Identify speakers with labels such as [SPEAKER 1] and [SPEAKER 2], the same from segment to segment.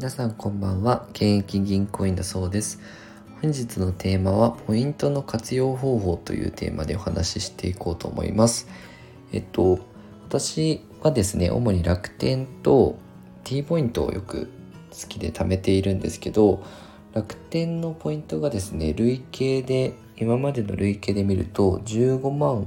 [SPEAKER 1] 皆さんこんばんは。現役銀行員だそうです。本日のテーマはポイントの活用方法というテーマでお話ししていこうと思います。私はですね、主に楽天と T ポイントをよく好きで貯めているんですけど、楽天のポイントがですね、今までの累計で見ると15万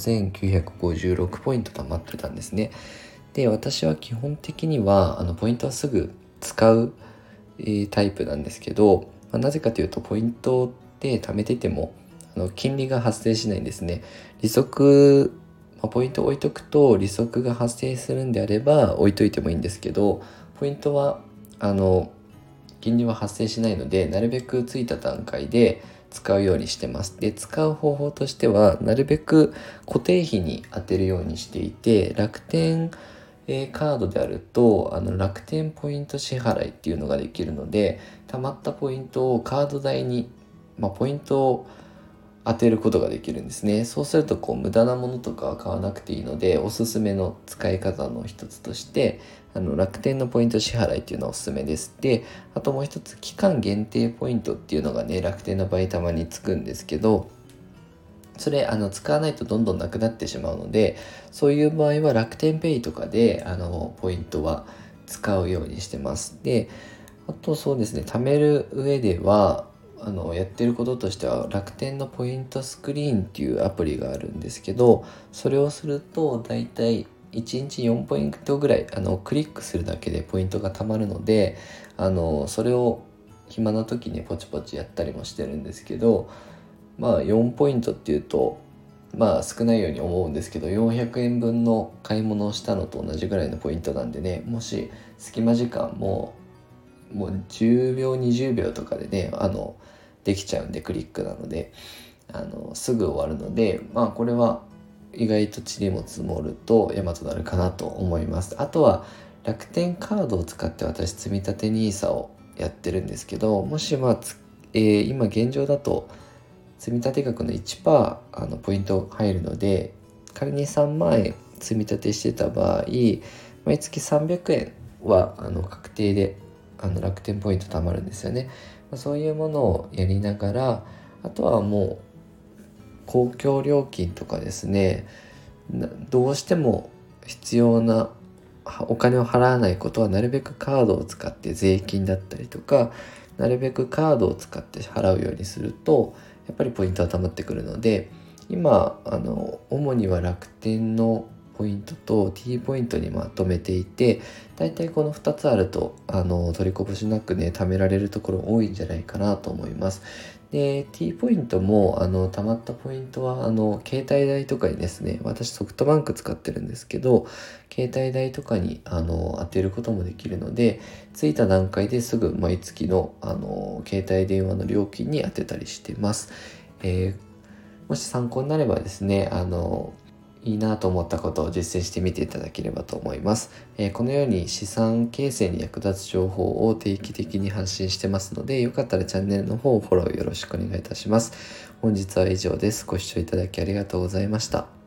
[SPEAKER 1] 5956ポイント貯まってたんですね。で、私は基本的にはポイントはすぐ使う、タイプなんですけど、なぜかというとポイントって貯めてても金利が発生しないんですね。利息、ポイントを置いとくと利息が発生するんであれば置いといてもいいんですけど、ポイントは金利は発生しないので、なるべくついた段階で使うようにしてます。で、使う方法としてはなるべく固定費に当てるようにしていて、楽天カードであると楽天ポイント支払いっていうのができるので、貯まったポイントをカード代に、ポイントを当てることができるんですね。そうすると無駄なものとかは買わなくていいので、おすすめの使い方の一つとして楽天のポイント支払いっていうのはおすすめです。で、あともう一つ期間限定ポイントっていうのがね、楽天の場合たまにつくんですけど、それ使わないとどんどんなくなってしまうので、そういう場合は楽天ペイとかでポイントは使うようにしてます。で、あとそうですね、貯める上ではやってることとしては、楽天のポイントスクリーンっていうアプリがあるんですけど、それをするとだいたい1日4ポイントぐらいクリックするだけでポイントが貯まるので、それを暇な時にポチポチやったりもしてるんですけど、4ポイントっていうと少ないように思うんですけど、400円分の買い物をしたのと同じぐらいのポイントなんでね、もし隙間時間もう10秒20秒とかでねできちゃうんで、クリックなのですぐ終わるので、これは意外と塵も積もると山となるかなと思います。あとは楽天カードを使って私積立 NISA をやってるんですけど、もし今現状だと積立額の 1% ポイント入るので、仮に3万円積み立てしてた場合、毎月300円は確定で楽天ポイント貯まるんですよね。そういうものをやりながら、あとはもう公共料金とかですね、どうしても必要なお金を払わないことはなるべくカードを使って、税金だったりとかなるべくカードを使って払うようにすると、やっぱりポイントは貯まってくるので、今主には楽天のポイントと T ポイントにまとめていて、だいたいこの2つあると取りこぼしなくね貯められるところ多いんじゃないかなと思います。で、 T ポイントも貯まったポイントは携帯代とかにですね、私ソフトバンク使ってるんですけど、携帯代とかに当てることもできるので、着いた段階ですぐ毎月の携帯電話の料金に当てたりしてます。もし参考になればですね、いいなと思ったことを実践してみていただければと思います。このように資産形成に役立つ情報を定期的に発信してますので、よかったらチャンネルの方をフォローよろしくお願いいたします。本日は以上です。ご視聴いただきありがとうございました。